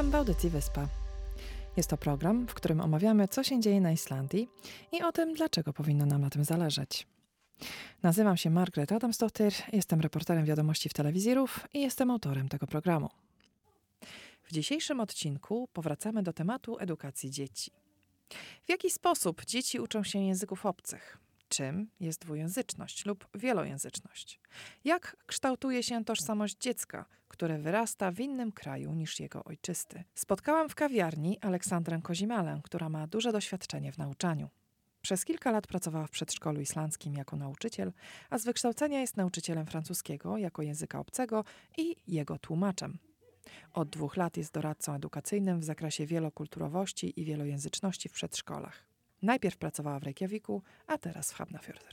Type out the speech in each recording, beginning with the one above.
Witam w audycji Wyspa. Jest to program, w którym omawiamy, co się dzieje na Islandii i o tym, dlaczego powinno nam na tym zależeć. Nazywam się Margaret Adamsdottir, jestem reporterem wiadomości w Telewizji RÚV i jestem autorem tego programu. W dzisiejszym odcinku powracamy do tematu edukacji dzieci. W jaki sposób dzieci uczą się języków obcych? Czym jest dwujęzyczność lub wielojęzyczność? Jak kształtuje się tożsamość dziecka, które wyrasta w innym kraju niż jego ojczysty? Spotkałam w kawiarni Aleksandrę Kozimalę, która ma duże doświadczenie w nauczaniu. Przez kilka lat pracowała w przedszkolu islandzkim jako nauczyciel, a z wykształcenia jest nauczycielem francuskiego jako języka obcego i jego tłumaczem. Od 2 lat jest doradcą edukacyjnym w zakresie wielokulturowości i wielojęzyczności w przedszkolach. Najpierw pracowała w Reykjaviku, a teraz w Hafnarfjörður.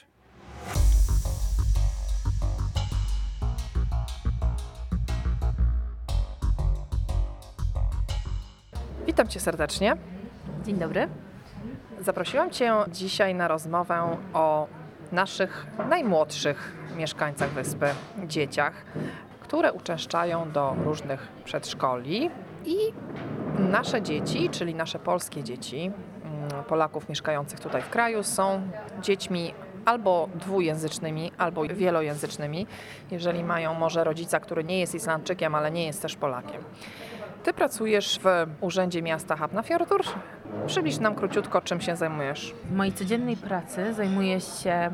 Witam Cię serdecznie. Dzień dobry. Zaprosiłam Cię dzisiaj na rozmowę o naszych najmłodszych mieszkańcach wyspy, dzieciach, które uczęszczają do różnych przedszkoli i nasze dzieci, czyli nasze polskie dzieci, Polaków mieszkających tutaj w kraju, są dziećmi albo dwujęzycznymi, albo wielojęzycznymi, jeżeli mają może rodzica, który nie jest Islandczykiem, ale nie jest też Polakiem. Ty pracujesz w Urzędzie Miasta Hafnarfjörður. Przybliż nam króciutko, czym się zajmujesz. W mojej codziennej pracy zajmuję się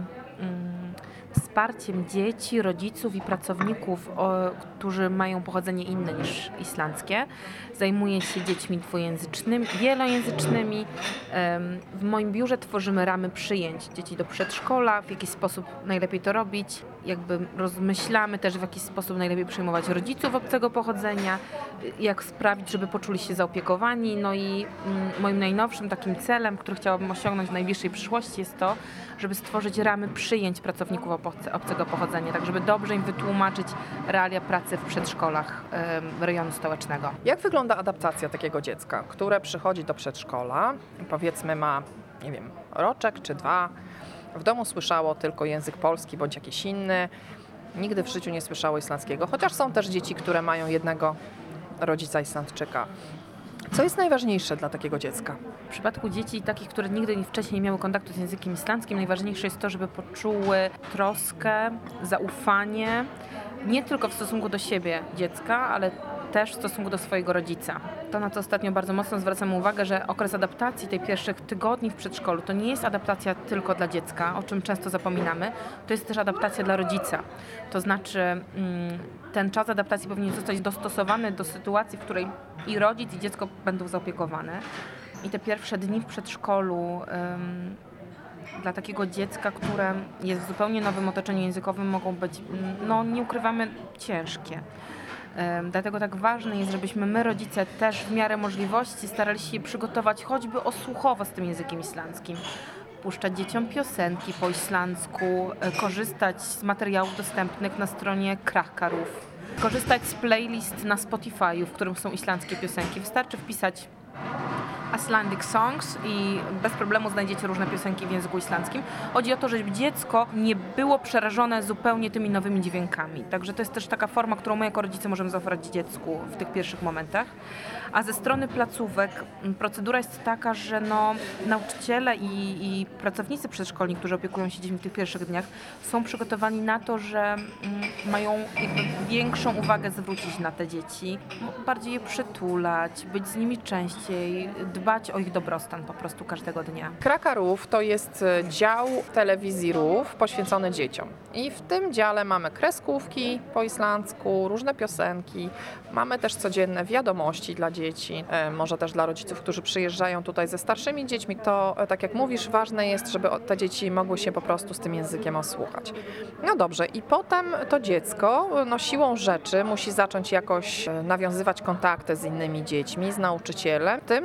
wsparciem dzieci, rodziców i pracowników, którzy mają pochodzenie inne niż islandzkie. Zajmuję się dziećmi dwujęzycznymi, wielojęzycznymi. W moim biurze tworzymy ramy przyjęć dzieci do przedszkola, w jaki sposób najlepiej to robić. Rozmyślamy też, w jaki sposób najlepiej przyjmować rodziców obcego pochodzenia, jak sprawić, żeby poczuli się zaopiekowani. No i moim najnowszym takim celem, który chciałabym osiągnąć w najbliższej przyszłości, jest to, żeby stworzyć ramy przyjęć pracowników obcego pochodzenia, tak żeby dobrze im wytłumaczyć realia pracy w przedszkolach rejonu stołecznego. Jak wygląda adaptacja takiego dziecka, które przychodzi do przedszkola, powiedzmy ma, nie wiem, roczek czy 2, w domu słyszało tylko język polski bądź jakiś inny, nigdy w życiu nie słyszało islandzkiego, chociaż są też dzieci, które mają jednego rodzica Islandczyka. Co jest najważniejsze dla takiego dziecka? W przypadku dzieci takich, które nigdy wcześniej nie miały kontaktu z językiem islandzkim, najważniejsze jest to, żeby poczuły troskę, zaufanie, nie tylko w stosunku do siebie dziecka, ale też w stosunku do swojego rodzica. To, na co ostatnio bardzo mocno zwracamy uwagę, że okres adaptacji tej pierwszych tygodni w przedszkolu to nie jest adaptacja tylko dla dziecka, o czym często zapominamy, to jest też adaptacja dla rodzica. To znaczy ten czas adaptacji powinien zostać dostosowany do sytuacji, w której i rodzic, i dziecko będą zaopiekowane. I te pierwsze dni w przedszkolu dla takiego dziecka, które jest w zupełnie nowym otoczeniu językowym, mogą być, nie ukrywamy, ciężkie. Dlatego tak ważne jest, żebyśmy my, rodzice, też w miarę możliwości starali się przygotować choćby osłuchowo z tym językiem islandzkim. Puszczać dzieciom piosenki po islandzku, korzystać z materiałów dostępnych na stronie Krakkarów, korzystać z playlist na Spotify'u, w którym są islandzkie piosenki. Wystarczy wpisać Icelandic Songs i bez problemu znajdziecie różne piosenki w języku islandzkim. Chodzi o to, żeby dziecko nie było przerażone zupełnie tymi nowymi dźwiękami. Także to jest też taka forma, którą my jako rodzice możemy zaoferować dziecku w tych pierwszych momentach. A ze strony placówek procedura jest taka, że nauczyciele i pracownicy przedszkolni, którzy opiekują się dziećmi w tych pierwszych dniach, są przygotowani na to, że mają większą uwagę zwrócić na te dzieci, bardziej je przytulać, być z nimi częściej, dbać o ich dobrostan po prostu każdego dnia. Krakkarów to jest dział Telewizji RÚV poświęcony dzieciom. I w tym dziale mamy kreskówki po islandzku, różne piosenki, mamy też codzienne wiadomości dla dzieci, może też dla rodziców, którzy przyjeżdżają tutaj ze starszymi dziećmi. To, tak jak mówisz, ważne jest, żeby te dzieci mogły się po prostu z tym językiem osłuchać. No dobrze, i potem to dziecko siłą rzeczy musi zacząć jakoś nawiązywać kontakty z innymi dziećmi, z nauczycielem w tym nowym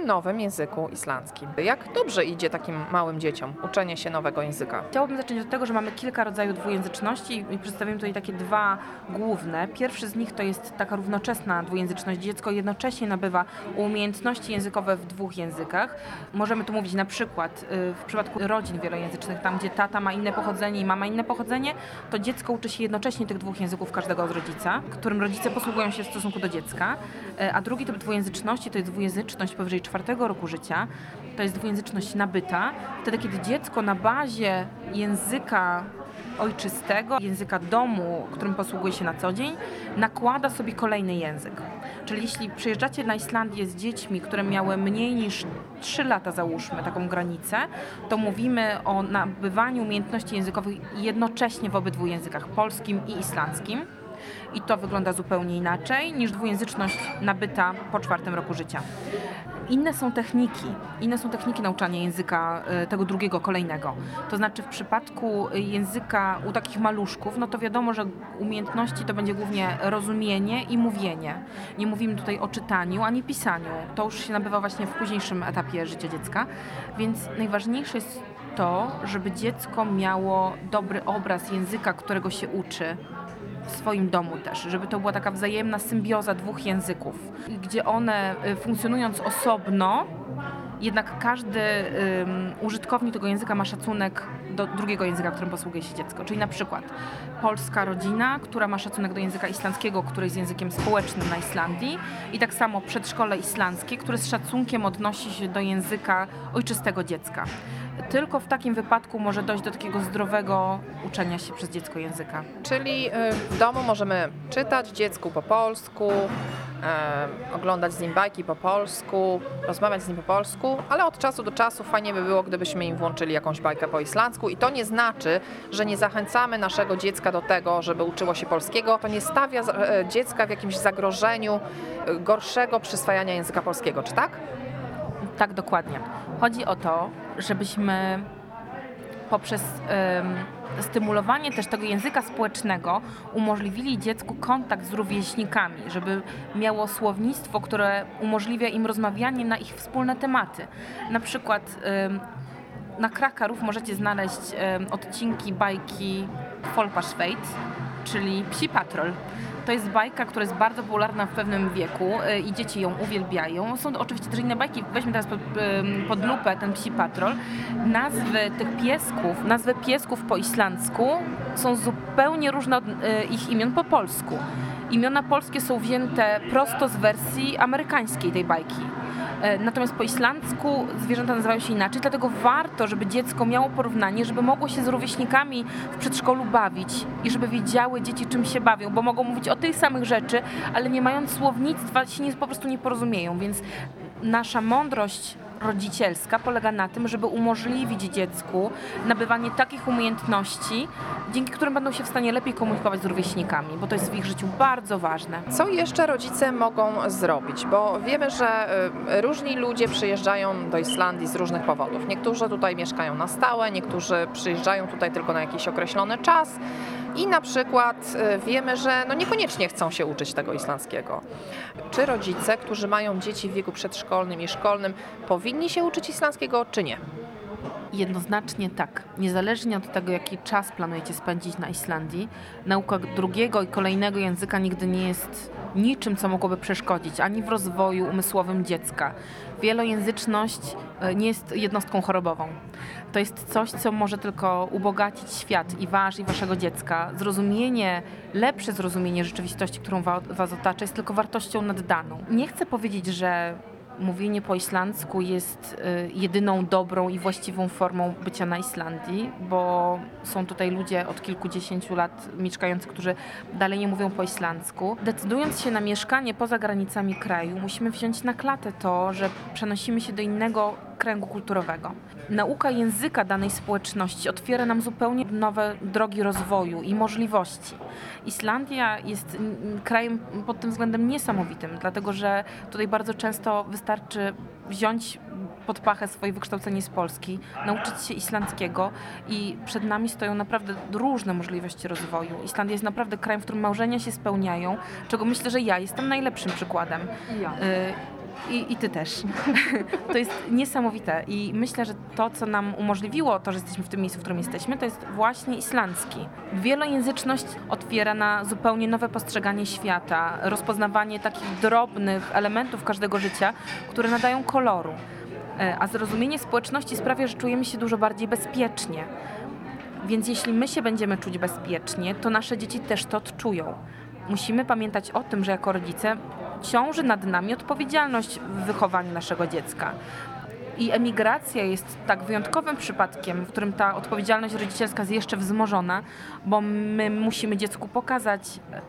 języku islandzkim. Jak dobrze idzie takim małym dzieciom uczenie się nowego języka? Chciałabym zacząć od tego, że mamy kilka rodzajów dwujęzyczności i przedstawimy tutaj takie dwa główne. Pierwszy z nich to jest taka równoczesna dwujęzyczność. Dziecko jednocześnie nabywa umiejętności językowe w dwóch językach. Możemy tu mówić na przykład w przypadku rodzin wielojęzycznych, tam gdzie tata ma inne pochodzenie i mama inne pochodzenie, to dziecko uczy się jednocześnie tych dwóch języków każdego z rodzica, którym rodzice posługują się w stosunku do dziecka. A drugi typ dwujęzyczności to jest dwujęzyczność powyżej 4 roku życia. To jest dwujęzyczność nabyta, wtedy kiedy dziecko na bazie języka ojczystego, języka domu, którym posługuje się na co dzień, nakłada sobie kolejny język. Czyli jeśli przyjeżdżacie na Islandię z dziećmi, które miały mniej niż 3 lata, załóżmy taką granicę, to mówimy o nabywaniu umiejętności językowych jednocześnie w obydwu językach, polskim i islandzkim. I to wygląda zupełnie inaczej niż dwujęzyczność nabyta po 4 roku życia. Inne są techniki nauczania języka tego drugiego, kolejnego. To znaczy w przypadku języka u takich maluszków, no to wiadomo, że umiejętności to będzie głównie rozumienie i mówienie. Nie mówimy tutaj o czytaniu ani pisaniu. To już się nabywa właśnie w późniejszym etapie życia dziecka. Więc najważniejsze jest to, żeby dziecko miało dobry obraz języka, którego się uczy, w swoim domu też, żeby to była taka wzajemna symbioza dwóch języków, gdzie one funkcjonując osobno, jednak każdy użytkownik tego języka ma szacunek do drugiego języka, którym posługuje się dziecko. Czyli na przykład polska rodzina, która ma szacunek do języka islandzkiego, który jest językiem społecznym na Islandii, i tak samo przedszkole islandzkie, które z szacunkiem odnosi się do języka ojczystego dziecka. Tylko w takim wypadku może dojść do takiego zdrowego uczenia się przez dziecko języka. Czyli w domu możemy czytać dziecku po polsku, oglądać z nim bajki po polsku, rozmawiać z nim po polsku, ale od czasu do czasu fajnie by było, gdybyśmy im włączyli jakąś bajkę po islandzku, i to nie znaczy, że nie zachęcamy naszego dziecka do tego, żeby uczyło się polskiego. To nie stawia dziecka w jakimś zagrożeniu gorszego przyswajania języka polskiego, czy tak? Tak, dokładnie. Chodzi o to, żebyśmy poprzez stymulowanie też tego języka społecznego umożliwili dziecku kontakt z rówieśnikami, żeby miało słownictwo, które umożliwia im rozmawianie na ich wspólne tematy. Na przykład na Krakarów możecie znaleźć odcinki bajki Folparsveit, czyli Psi Patrol. To jest bajka, która jest bardzo popularna w pewnym wieku i dzieci ją uwielbiają. Są oczywiście też inne bajki. Weźmy teraz pod lupę ten Psi Patrol. Nazwy piesków po islandzku są zupełnie różne od ich imion po polsku. Imiona polskie są wzięte prosto z wersji amerykańskiej tej bajki. Natomiast po islandzku zwierzęta nazywają się inaczej, dlatego warto, żeby dziecko miało porównanie, żeby mogło się z rówieśnikami w przedszkolu bawić i żeby wiedziały dzieci, czym się bawią, bo mogą mówić o tych samych rzeczy, ale nie mając słownictwa się po prostu nie porozumieją, więc nasza mądrość rodzicielska polega na tym, żeby umożliwić dziecku nabywanie takich umiejętności, dzięki którym będą się w stanie lepiej komunikować z rówieśnikami, bo to jest w ich życiu bardzo ważne. Co jeszcze rodzice mogą zrobić? Bo wiemy, że różni ludzie przyjeżdżają do Islandii z różnych powodów. Niektórzy tutaj mieszkają na stałe, niektórzy przyjeżdżają tutaj tylko na jakiś określony czas i na przykład wiemy, że niekoniecznie chcą się uczyć tego islandzkiego. Czy rodzice, którzy mają dzieci w wieku przedszkolnym i szkolnym, powinni się uczyć islandzkiego, czy nie? Jednoznacznie tak. Niezależnie od tego, jaki czas planujecie spędzić na Islandii, nauka drugiego i kolejnego języka nigdy nie jest niczym, co mogłoby przeszkodzić ani w rozwoju umysłowym dziecka. Wielojęzyczność nie jest jednostką chorobową. To jest coś, co może tylko ubogacić świat i wasz, i waszego dziecka. Lepsze zrozumienie rzeczywistości, którą was otacza, jest tylko wartością naddaną. Nie chcę powiedzieć, że mówienie po islandzku jest jedyną dobrą i właściwą formą bycia na Islandii, bo są tutaj ludzie od kilkudziesięciu lat mieszkający, którzy dalej nie mówią po islandzku. Decydując się na mieszkanie poza granicami kraju, musimy wziąć na klatę to, że przenosimy się do innego kręgu kulturowego. Nauka języka danej społeczności otwiera nam zupełnie nowe drogi rozwoju i możliwości. Islandia jest krajem pod tym względem niesamowitym, dlatego że tutaj bardzo często wystarczy wziąć pod pachę swoje wykształcenie z Polski, nauczyć się islandzkiego i przed nami stoją naprawdę różne możliwości rozwoju. Islandia jest naprawdę krajem, w którym marzenia się spełniają, czego myślę, że ja jestem najlepszym przykładem. I ty też. To jest niesamowite i myślę, że to, co nam umożliwiło to, że jesteśmy w tym miejscu, w którym jesteśmy, to jest właśnie islandzki. Wielojęzyczność otwiera na zupełnie nowe postrzeganie świata, rozpoznawanie takich drobnych elementów każdego życia, które nadają koloru. A zrozumienie społeczności sprawia, że czujemy się dużo bardziej bezpiecznie. Więc jeśli my się będziemy czuć bezpiecznie, to nasze dzieci też to odczują. Musimy pamiętać o tym, że jako rodzice ciąży nad nami odpowiedzialność w wychowaniu naszego dziecka. I emigracja jest tak wyjątkowym przypadkiem, w którym ta odpowiedzialność rodzicielska jest jeszcze wzmożona, bo my musimy dziecku pokazać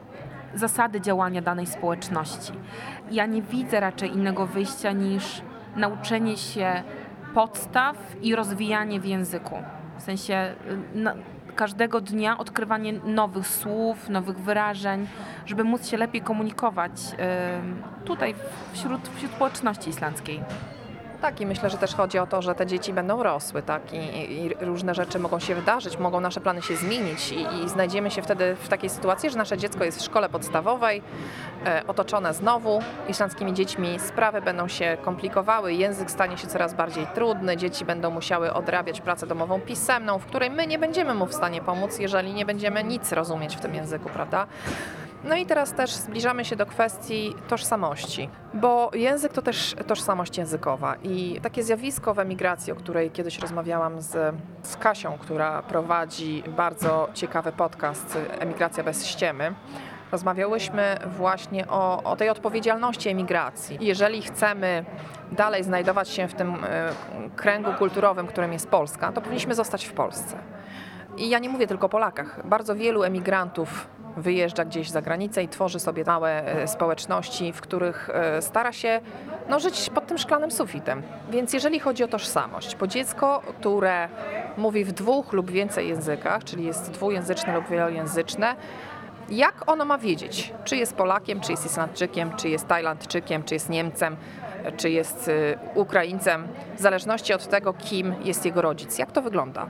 zasady działania danej społeczności. Ja nie widzę raczej innego wyjścia niż nauczenie się podstaw i rozwijanie w języku. W sensie każdego dnia odkrywanie nowych słów, nowych wyrażeń, żeby móc się lepiej komunikować tutaj wśród społeczności islandzkiej. Tak, i myślę, że też chodzi o to, że te dzieci będą rosły, tak, i różne rzeczy mogą się wydarzyć, mogą nasze plany się zmienić i znajdziemy się wtedy w takiej sytuacji, że nasze dziecko jest w szkole podstawowej, otoczone znowu islandzkimi dziećmi, sprawy będą się komplikowały, język stanie się coraz bardziej trudny, dzieci będą musiały odrabiać pracę domową pisemną, w której my nie będziemy mu w stanie pomóc, jeżeli nie będziemy nic rozumieć w tym języku, prawda? No i teraz też zbliżamy się do kwestii tożsamości, bo język to też tożsamość językowa i takie zjawisko w emigracji, o której kiedyś rozmawiałam z Kasią, która prowadzi bardzo ciekawy podcast Emigracja bez ściemy. Rozmawiałyśmy właśnie o tej odpowiedzialności emigracji. Jeżeli chcemy dalej znajdować się w tym kręgu kulturowym, którym jest Polska, to powinniśmy zostać w Polsce. I ja nie mówię tylko o Polakach. Bardzo wielu emigrantów wyjeżdża gdzieś za granicę i tworzy sobie małe społeczności, w których stara się żyć pod tym szklanym sufitem. Więc jeżeli chodzi o tożsamość, bo dziecko, które mówi w 2 lub więcej językach, czyli jest dwujęzyczne lub wielojęzyczne, jak ono ma wiedzieć, czy jest Polakiem, czy jest Islandczykiem, czy jest Tajlandczykiem, czy jest Niemcem, czy jest Ukraińcem, w zależności od tego, kim jest jego rodzic. Jak to wygląda?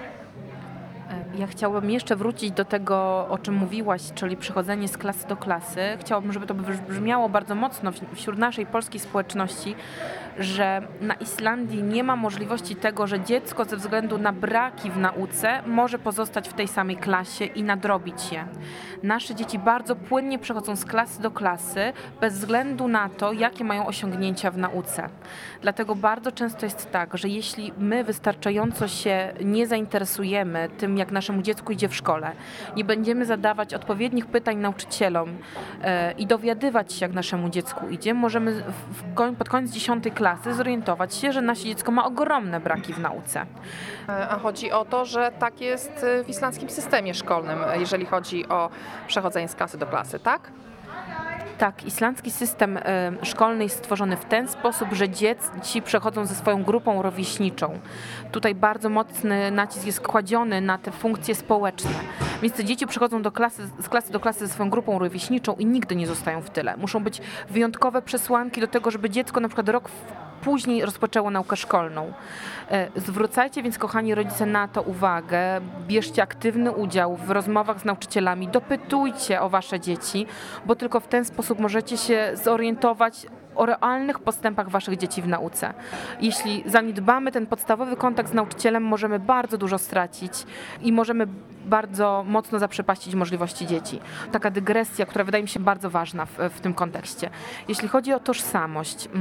Ja chciałabym jeszcze wrócić do tego, o czym mówiłaś, czyli przechodzenie z klasy do klasy. Chciałabym, żeby to brzmiało bardzo mocno wśród naszej polskiej społeczności, że na Islandii nie ma możliwości tego, że dziecko ze względu na braki w nauce może pozostać w tej samej klasie i nadrobić je. Nasze dzieci bardzo płynnie przechodzą z klasy do klasy bez względu na to, jakie mają osiągnięcia w nauce. Dlatego bardzo często jest tak, że jeśli my wystarczająco się nie zainteresujemy tym, jak naszemu dziecku idzie w szkole, nie będziemy zadawać odpowiednich pytań nauczycielom i dowiadywać się, jak naszemu dziecku idzie, możemy pod koniec 10 klasy zorientować się, że nasze dziecko ma ogromne braki w nauce. A chodzi o to, że tak jest w islandzkim systemie szkolnym, jeżeli chodzi o przechodzenie z klasy do klasy, tak? Tak, islandzki system szkolny jest stworzony w ten sposób, że dzieci przechodzą ze swoją grupą rówieśniczą. Tutaj bardzo mocny nacisk jest kładziony na te funkcje społeczne. Więc te dzieci przechodzą z klasy do klasy ze swoją grupą rówieśniczą i nigdy nie zostają w tyle. Muszą być wyjątkowe przesłanki do tego, żeby dziecko na przykład rok później rozpoczęło naukę szkolną. Zwracajcie więc, kochani rodzice, na to uwagę. Bierzcie aktywny udział w rozmowach z nauczycielami. Dopytujcie o wasze dzieci, bo tylko w ten sposób możecie się zorientować o realnych postępach waszych dzieci w nauce. Jeśli zaniedbamy ten podstawowy kontakt z nauczycielem, możemy bardzo dużo stracić i możemy bardzo mocno zaprzepaścić możliwości dzieci. Taka dygresja, która wydaje mi się bardzo ważna w tym kontekście. Jeśli chodzi o tożsamość,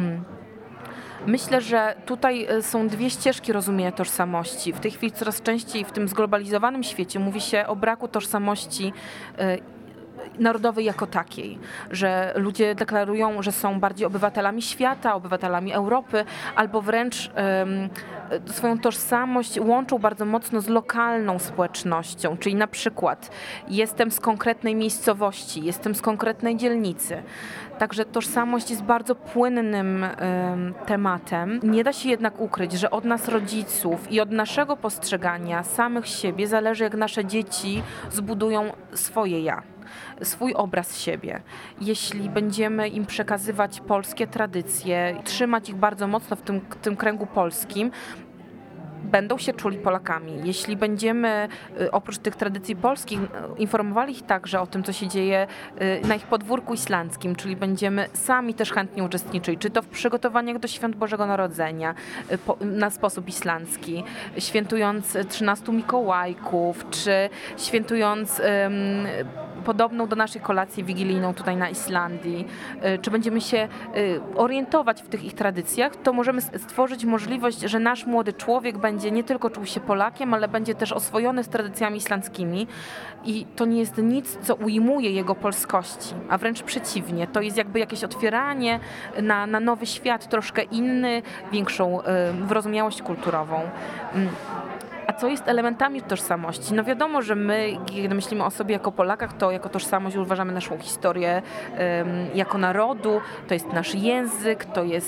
myślę, że tutaj są 2 ścieżki rozumienia tożsamości. W tej chwili coraz częściej w tym zglobalizowanym świecie mówi się o braku tożsamości narodowej jako takiej, że ludzie deklarują, że są bardziej obywatelami świata, obywatelami Europy, albo wręcz swoją tożsamość łączą bardzo mocno z lokalną społecznością, czyli na przykład jestem z konkretnej miejscowości, jestem z konkretnej dzielnicy. Także tożsamość jest bardzo płynnym tematem. Nie da się jednak ukryć, że od nas rodziców i od naszego postrzegania samych siebie zależy, jak nasze dzieci zbudują swoje ja, swój obraz siebie. Jeśli będziemy im przekazywać polskie tradycje, trzymać ich bardzo mocno w tym kręgu polskim, będą się czuli Polakami. Jeśli będziemy oprócz tych tradycji polskich informowali ich także o tym, co się dzieje na ich podwórku islandzkim, czyli będziemy sami też chętnie uczestniczyć, czy to w przygotowaniach do Świąt Bożego Narodzenia na sposób islandzki, świętując 13 Mikołajków, czy świętując podobną do naszej kolacji wigilijną tutaj na Islandii, czy będziemy się orientować w tych ich tradycjach, to możemy stworzyć możliwość, że nasz młody człowiek będzie nie tylko czuł się Polakiem, ale będzie też oswojony z tradycjami islandzkimi i to nie jest nic, co ujmuje jego polskości, a wręcz przeciwnie, to jest jakby jakieś otwieranie na nowy świat, troszkę inny, większą wyrozumiałość kulturową. A co jest elementami tożsamości? No wiadomo, że my, kiedy myślimy o sobie jako Polakach, to jako tożsamość uważamy naszą historię jako narodu, to jest nasz język,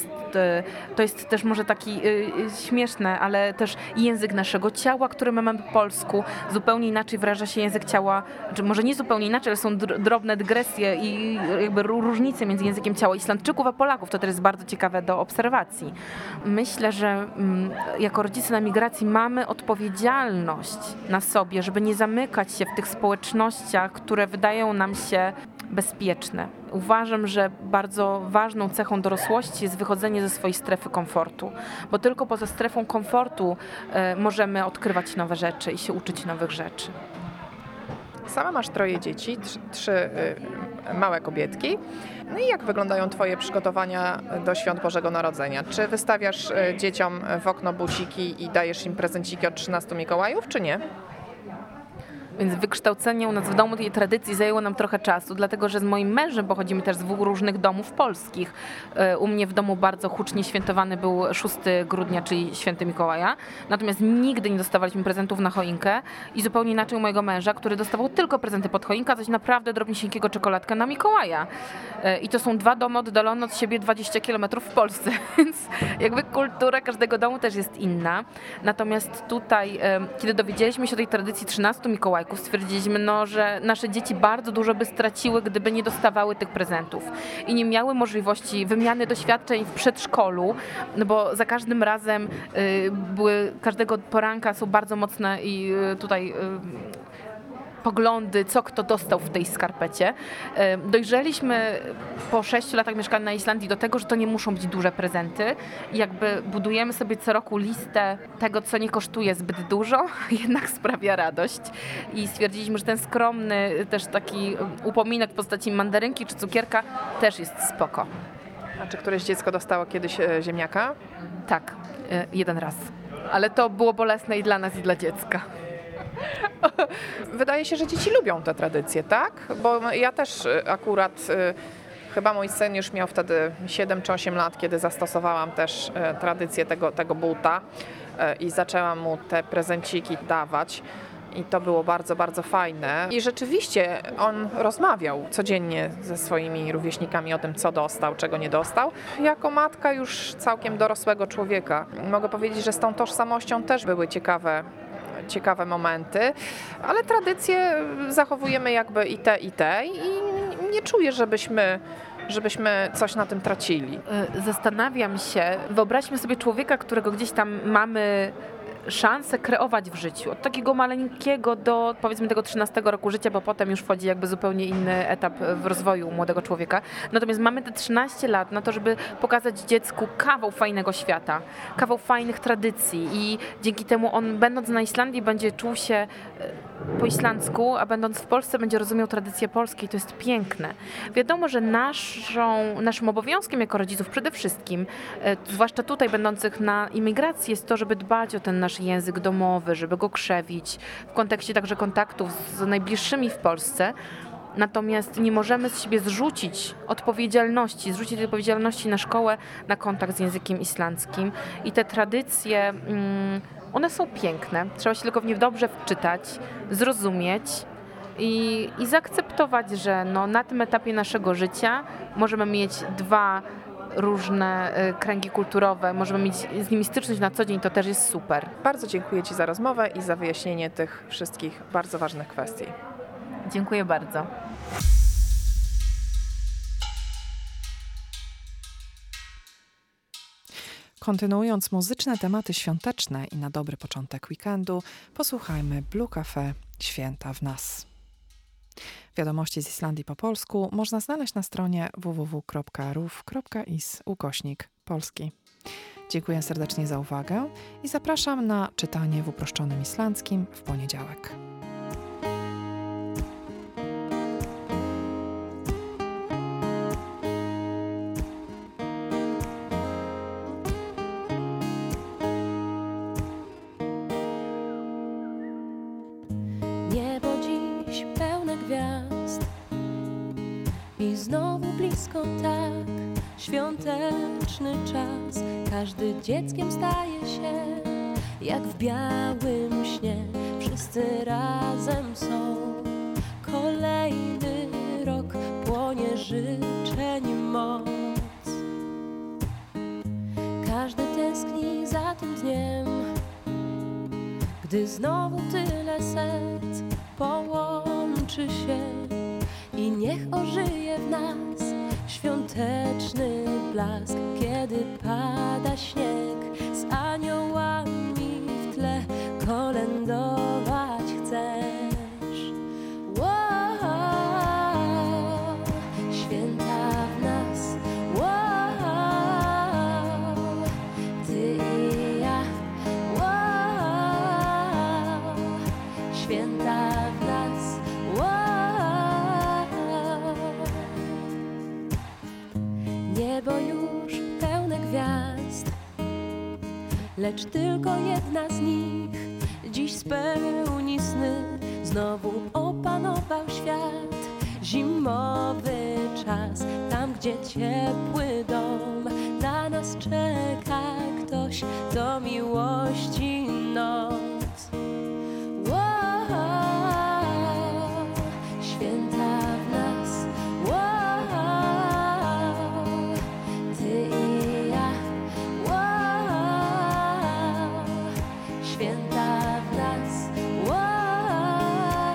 to jest też może taki śmieszne, ale też język naszego ciała, który my mamy po polsku. Zupełnie inaczej wyraża się język ciała, czy może nie zupełnie inaczej, ale są drobne dygresje i jakby różnice między językiem ciała Islandczyków a Polaków. To też jest bardzo ciekawe do obserwacji. Myślę, że jako rodzice na migracji mamy odpowiedzialność na sobie, żeby nie zamykać się w tych społecznościach, które wydają nam się bezpieczne. Uważam, że bardzo ważną cechą dorosłości jest wychodzenie ze swojej strefy komfortu, bo tylko poza strefą komfortu możemy odkrywać nowe rzeczy i się uczyć nowych rzeczy. Sama masz 3 dzieci, 3 małe kobietki. No i jak wyglądają Twoje przygotowania do Świąt Bożego Narodzenia? Czy wystawiasz dzieciom w okno buciki i dajesz im prezenciki od 13 Mikołajów, czy nie? Więc wykształcenie u nas w domu tej tradycji zajęło nam trochę czasu, dlatego że z moim mężem pochodzimy też z 2 różnych domów polskich. U mnie w domu bardzo hucznie świętowany był 6 grudnia, czyli Święty Mikołaja. Natomiast nigdy nie dostawaliśmy prezentów na choinkę i zupełnie inaczej u mojego męża, który dostawał tylko prezenty pod choinkę, a coś naprawdę drobniusieńkiego czekoladkę na Mikołaja. I to są 2 domy oddalone od siebie 20 km w Polsce, więc jakby kultura każdego domu też jest inna. Natomiast tutaj, kiedy dowiedzieliśmy się o tej tradycji 13 Mikołajków, stwierdziliśmy, że nasze dzieci bardzo dużo by straciły, gdyby nie dostawały tych prezentów i nie miały możliwości wymiany doświadczeń w przedszkolu, bo za każdym razem każdego poranka są bardzo mocne i tutaj poglądy, co kto dostał w tej skarpecie. Dojrzeliśmy po 6 latach mieszkania na Islandii do tego, że to nie muszą być duże prezenty. I jakby budujemy sobie co roku listę tego, co nie kosztuje zbyt dużo, jednak sprawia radość. I stwierdziliśmy, że ten skromny też taki upominek w postaci mandarynki czy cukierka też jest spoko. A czy któreś dziecko dostało kiedyś ziemniaka? Tak, 1 raz. Ale to było bolesne i dla nas, i dla dziecka. Wydaje się, że dzieci lubią te tradycje, tak? Bo ja też akurat, chyba mój syn już miał wtedy 7 czy 8 lat, kiedy zastosowałam też tradycję tego buta i zaczęłam mu te prezenciki dawać. I to było bardzo, bardzo fajne. I rzeczywiście on rozmawiał codziennie ze swoimi rówieśnikami o tym, co dostał, czego nie dostał. Jako matka już całkiem dorosłego człowieka mogę powiedzieć, że z tą tożsamością też były ciekawe momenty, ale tradycje zachowujemy jakby i te i nie czuję, żebyśmy coś na tym tracili. Zastanawiam się, wyobraźmy sobie człowieka, którego gdzieś tam mamy szansę kreować w życiu. Od takiego maleńkiego do powiedzmy tego 13 roku życia, bo potem już wchodzi jakby zupełnie inny etap w rozwoju młodego człowieka. Natomiast mamy te 13 lat na to, żeby pokazać dziecku kawał fajnego świata, kawał fajnych tradycji i dzięki temu on, będąc na Islandii, będzie czuł się po islandzku, a będąc w Polsce będzie rozumiał tradycje polskie i to jest piękne. Wiadomo, że naszym obowiązkiem jako rodziców przede wszystkim, zwłaszcza tutaj będących na imigracji, jest to, żeby dbać o ten nasz język domowy, żeby go krzewić w kontekście także kontaktów z najbliższymi w Polsce. Natomiast nie możemy z siebie zrzucić odpowiedzialności na szkołę, na kontakt z językiem islandzkim i te tradycje one są piękne, trzeba się tylko w nie dobrze wczytać, zrozumieć i zaakceptować, że na tym etapie naszego życia możemy mieć 2 różne kręgi kulturowe, możemy mieć z nimi styczność na co dzień, to też jest super. Bardzo dziękuję Ci za rozmowę i za wyjaśnienie tych wszystkich bardzo ważnych kwestii. Dziękuję bardzo. Kontynuując muzyczne tematy świąteczne i na dobry początek weekendu, posłuchajmy Blue Cafe Święta w nas. Wiadomości z Islandii po polsku można znaleźć na stronie www.ruf.is/polski. Dziękuję serdecznie za uwagę i zapraszam na czytanie w uproszczonym islandzkim w poniedziałek. Niebo dziś pełne gwiazd i znowu blisko tak, świąteczny czas. Każdy dzieckiem staje się, jak w białym śnie. Wszyscy razem są, kolejny rok płonie życzeń moc. Każdy tęskni za tym dniem, gdy znowu tyle serc połączy się i niech ożyje w nas świąteczny blask, kiedy pada śnieg. Z aniołami w tle kolędować chcesz. Wow, święta w nas, wow, ty i ja, wow, święta w nas, wow. Niebo już pełne gwiazd, lecz tylko jedna z nich dziś spełni sny. Znowu opanował świat, zimowy czas. Tam, gdzie ciepły dom na nas czeka, ktoś do miłości noc. Wow, święta w nas, wow, ty i ja, wow, święta w nas, wow.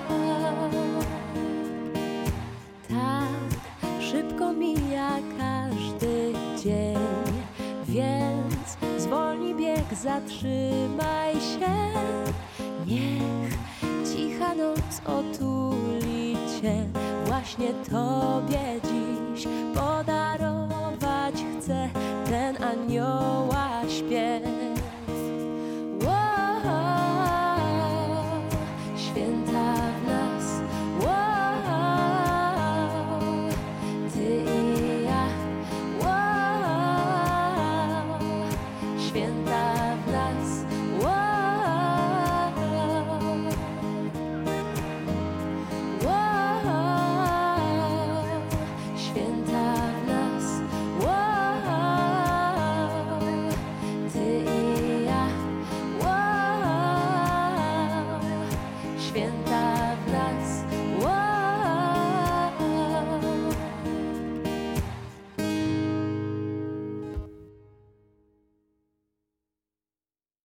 Tak szybko mija każdy dzień, więc zwolnij bieg, zatrzymaj się. Niech cicha noc otuli cię, właśnie tobie dziś podarować chcę ten anioła śpiew. Wow, święta